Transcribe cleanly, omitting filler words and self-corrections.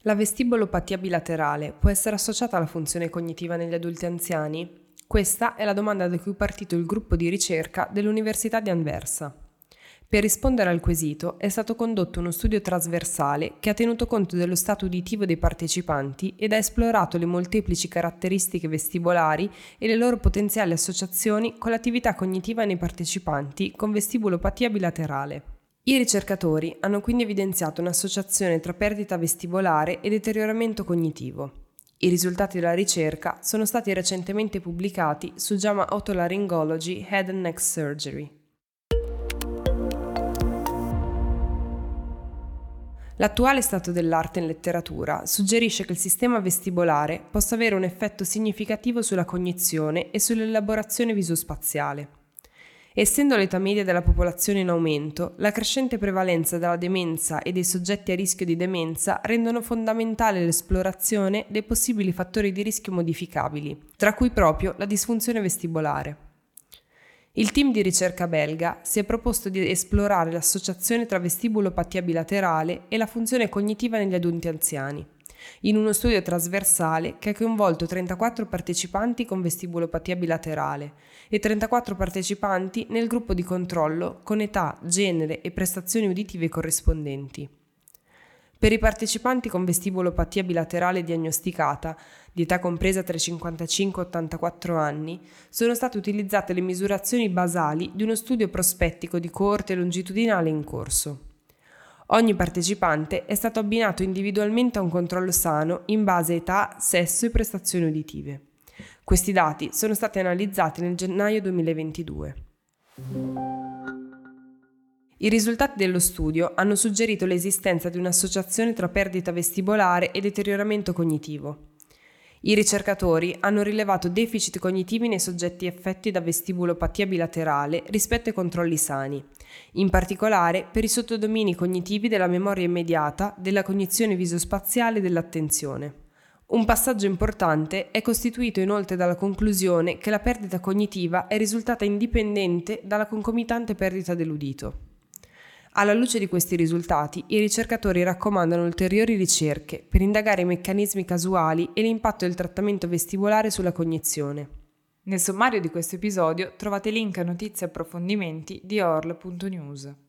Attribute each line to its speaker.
Speaker 1: La vestibolopatia bilaterale può essere associata alla funzione cognitiva negli adulti anziani? Questa è la domanda da cui è partito il gruppo di ricerca dell'Università di Anversa. Per rispondere al quesito è stato condotto uno studio trasversale che ha tenuto conto dello stato uditivo dei partecipanti ed ha esplorato le molteplici caratteristiche vestibolari e le loro potenziali associazioni con l'attività cognitiva nei partecipanti con vestibulopatia bilaterale. I ricercatori hanno quindi evidenziato un'associazione tra perdita vestibolare e deterioramento cognitivo. I risultati della ricerca sono stati recentemente pubblicati su JAMA Otolaryngology Head and Neck Surgery. L'attuale stato dell'arte in letteratura suggerisce che il sistema vestibolare possa avere un effetto significativo sulla cognizione e sull'elaborazione visospaziale. Essendo l'età media della popolazione in aumento, la crescente prevalenza della demenza e dei soggetti a rischio di demenza rendono fondamentale l'esplorazione dei possibili fattori di rischio modificabili, tra cui proprio la disfunzione vestibolare. Il team di ricerca belga si è proposto di esplorare l'associazione tra vestibulopatia bilaterale e la funzione cognitiva negli adulti anziani, in uno studio trasversale che ha coinvolto 34 partecipanti con vestibulopatia bilaterale e 34 partecipanti nel gruppo di controllo con età, genere e prestazioni uditive corrispondenti. Per i partecipanti con vestibulopatia bilaterale diagnosticata, di età compresa tra i 55 e 84 anni, sono state utilizzate le misurazioni basali di uno studio prospettico di coorte longitudinale in corso. Ogni partecipante è stato abbinato individualmente a un controllo sano in base a età, sesso e prestazioni uditive. Questi dati sono stati analizzati nel gennaio 2022. I risultati dello studio hanno suggerito l'esistenza di un'associazione tra perdita vestibolare e deterioramento cognitivo. I ricercatori hanno rilevato deficit cognitivi nei soggetti affetti da vestibulopatia bilaterale rispetto ai controlli sani, in particolare per i sottodomini cognitivi della memoria immediata, della cognizione visospaziale e dell'attenzione. Un passaggio importante è costituito inoltre dalla conclusione che la perdita cognitiva è risultata indipendente dalla concomitante perdita dell'udito. Alla luce di questi risultati, i ricercatori raccomandano ulteriori ricerche per indagare i meccanismi casuali e l'impatto del trattamento vestibolare sulla cognizione.
Speaker 2: Nel sommario di questo episodio trovate link a notizie e approfondimenti di orl.news.